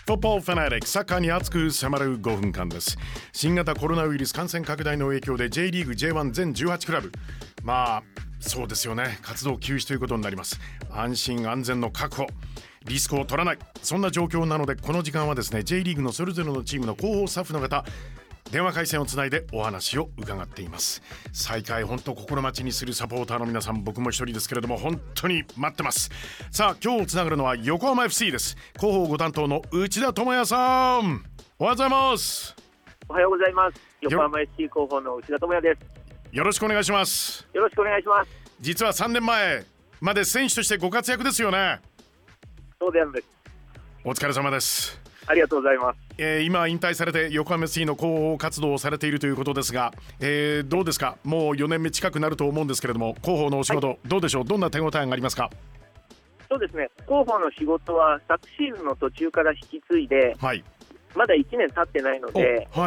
フットボールファナティック、サッカーに熱く迫る5分間です。新型コロナウイルス感染拡大の影響で J リーグ J1 全18クラブ、そうですよね、活動休止ということになります。安心安全の確保、リスクを取らない、そんな状況なので、この時間はですね J リーグのそれぞれのチームの広報スタッフの方、電話回線をつないでお話を伺っています。再開本当心待ちにするサポーターの皆さん、僕も一人ですけれども本当に待ってます。さあ今日つながるのは横浜 FC です。広報ご担当の内田智也さん、おはようございます。 おはようございます。横浜 FC 広報の内田智也です。 よろしくお願いします。 よろしくお願いします。 実は3年前まで選手としてご活躍ですよね。 そうであるんです。 お疲れ様です。 ありがとうございます。 今引退されて横浜 FC の広報活動をされているということですが、どうですか。もう4年目近くなると思うんですけれども、広報のお仕事、どうでしょう。どんな手応えがありますか。 そうですね、広報の仕事は昨シーズンの途中から引き継いで、まだ1年経ってないので、日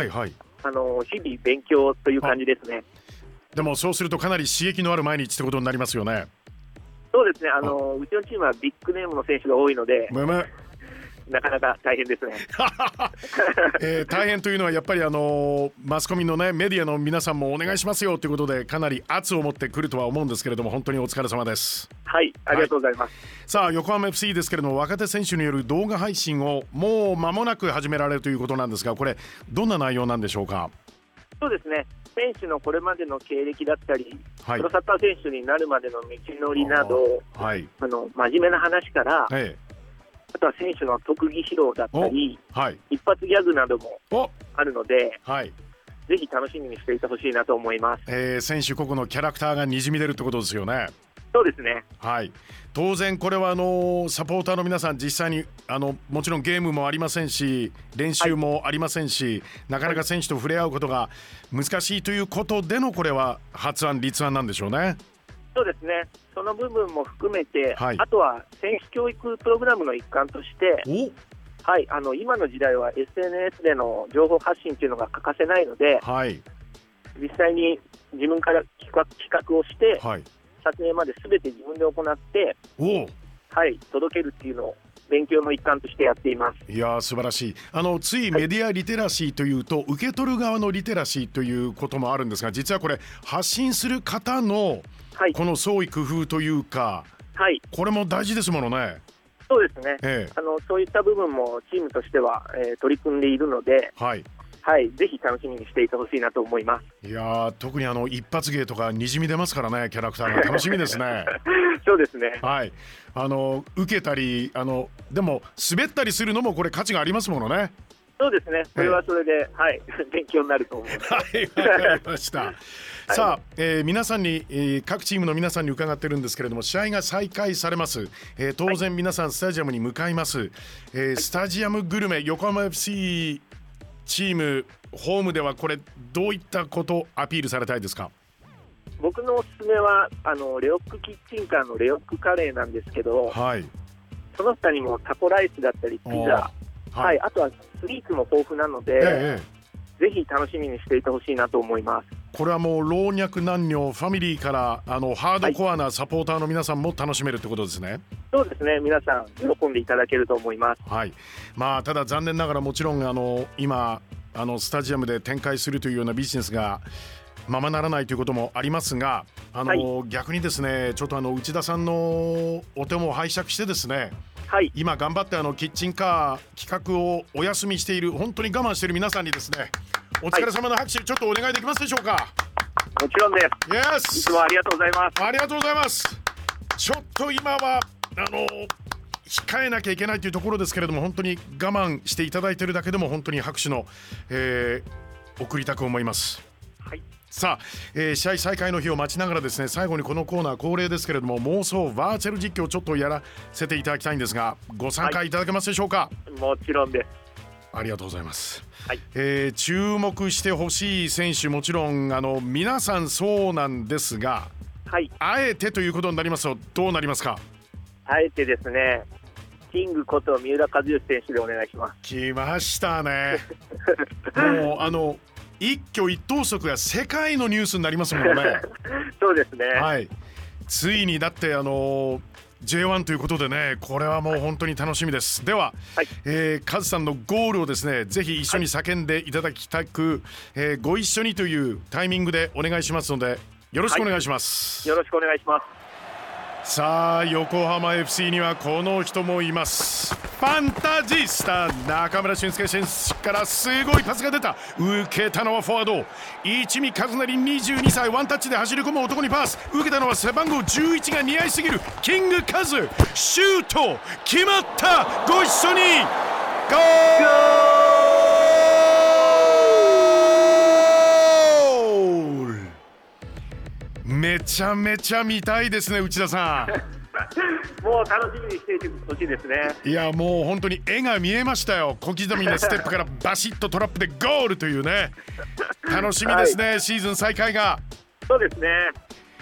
々勉強という感じですね。 でもそうするとかなり刺激のある毎日ってことになりますよね。 そうですね、うちのチームはビッグネームの選手が多いので、なかなか大変ですね。 大変というのはやっぱりマスコミのね、メディアの皆さんもお願いしますよということで、かなり圧を持ってくるとは思うんですけれども、本当にお疲れ様です。 はい、ありがとうございます。 さあ横浜 FC ですけれども、若手選手による動画配信をもう間もなく始められるということなんですが、これどんな内容なんでしょうか。 そうですね、選手のこれまでの経歴だったり、プロサッカー選手になるまでの道のりなど、真面目な話から、あとは選手の特技披露だったり、一発ギャグなどもあるので、ぜひ楽しみにしていてほしいなと思います。 選手個々のキャラクターがにじみ出るってことですよね。 そうですね。 当然これはサポーターの皆さん、実際にもちろんゲームもありませんし、練習もありませんし、なかなか選手と触れ合うことが難しいということでの、これは発案立案なんでしょうね。 そうですね、その部分も含めて、あとは選手教育プログラムの一環として、今の時代は SNS での情報発信というのが欠かせないので、実際に自分から企画をして、撮影まで全て自分で行って、届けるっていうのを勉強の一環としてやっています。 いや素晴らしい。ついメディアリテラシーというと、受け取る側のリテラシーということもあるんですが、実はこれ発信する方のこの創意工夫というか、これも大事ですものね。 そうですね、そういった部分もチームとしては、取り組んでいるので、ぜひ楽しみにしていてほしいなと思います。 いや特に一発芸とかにじみ出ますからね、キャラクターが楽しみですね。 そうですね。 受けたりでも滑ったりするのもこれ価値がありますものね。 そうですね、それはそれで、勉強になると思います。 わかりました。さあ、皆さんに、各チームの皆さんに伺ってるんですけれども、試合が再開されます。当然皆さんスタジアムに向かいます。スタジアムグルメ、横浜 FC チームホームではこれどういったことをアピールされたいですか。 僕のおすすめはレオックキッチンカーのレオックカレーなんですけど、その他にもタコライスだったりピザ、あとはスイーツも豊富なので、ぜひ楽しみにしていてほしいなと思います。 これはもう老若男女ファミリーからハードコアなサポーターの皆さんも楽しめるってことですね。 そうですね、皆さん喜んでいただけると思います。 ただ残念ながらもちろん今スタジアムで展開するというようなビジネスがままならないということもありますが、逆にですね、ちょっと内田さんのお手も拝借してですね、今頑張ってキッチンカー企画をお休みしている、本当に我慢している皆さんにですね、お疲れ様の拍手ちょっとお願いできますでしょうか。 もちろんです。いつもありがとうございます。 ありがとうございます。ちょっと今は控えなきゃいけないというところですけれども、本当に我慢していただいているだけでも本当に拍手の、送りたく思います。さあ、試合再開の日を待ちながらですね、最後にこのコーナー恒例ですけれども、妄想バーチャル実況をちょっとやらせていただきたいんですが、ご参加いただけますでしょうか。 もちろんです。 ありがとうございます。注目してほしい選手、もちろん皆さんそうなんですが、あえてということになりますとどうなりますか。 あえてですね、キングこと三浦知良選手でお願いします。 来ましたね。もう一挙一投足が世界のニュースになりますもんね。 そうですね。 ついにだって J1 ということでね、これはもう本当に楽しみです。では、はい、カズさんのゴールをですね、ぜひ一緒に叫んでいただきたく、ご一緒にというタイミングでお願いしますので、よろしくお願いします。 よろしくお願いします。 さあ、横浜 FC にはこの人もいます。ファンタジスタ中村俊輔選手からすごいパスが出た。受けたのはフォワード一味和成22歳、ワンタッチで走り込む男にパス。受けたのは背番号11が似合いすぎるキングカズ。シュート決まった。ご一緒にゴール。めちゃめちゃ見たいですね、内田さん。 もう楽しみにしていてほしいですね。 いや、もう本当に絵が見えましたよ。小刻みなステップからバシッとトラップでゴールというね。楽しみですね、はい、シーズン再開が。 そうですね。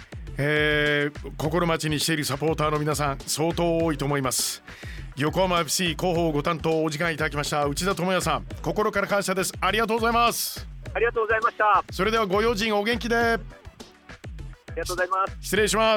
心待ちにしているサポーターの皆さん相当多いと思います。横浜 FC 広報ご担当お時間いただきました内田智也さん、心から感謝です。ありがとうございます。 ありがとうございました。 それではご用心お元気で。ありがとうございます。 失礼します。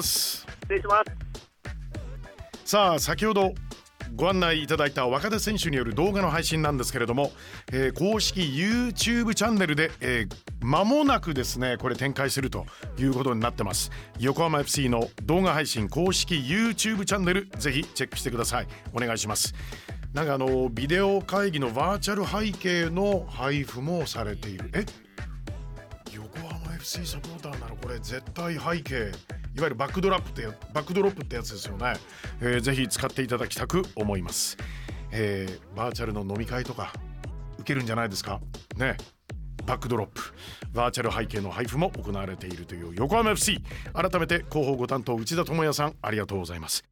失礼します。 さあ、先ほどご案内いただいた若手選手による動画の配信なんですけれども、公式 YouTube チャンネルで、間もなくですね、これ展開するということになってます。横浜 FC の動画配信公式 YouTube チャンネル、ぜひチェックしてください。お願いします。なんかビデオ会議のバーチャル背景の配布もされている。横浜 FC サポーターならこれ絶対背景、いわゆるバックドロップってやつですよね。ぜひ使っていただきたく思います。バーチャルの飲み会とか受けるんじゃないですかね。バックドロップ、バーチャル背景の配布も行われているという横浜 FC。 改めて広報ご担当内田智也さん、ありがとうございます。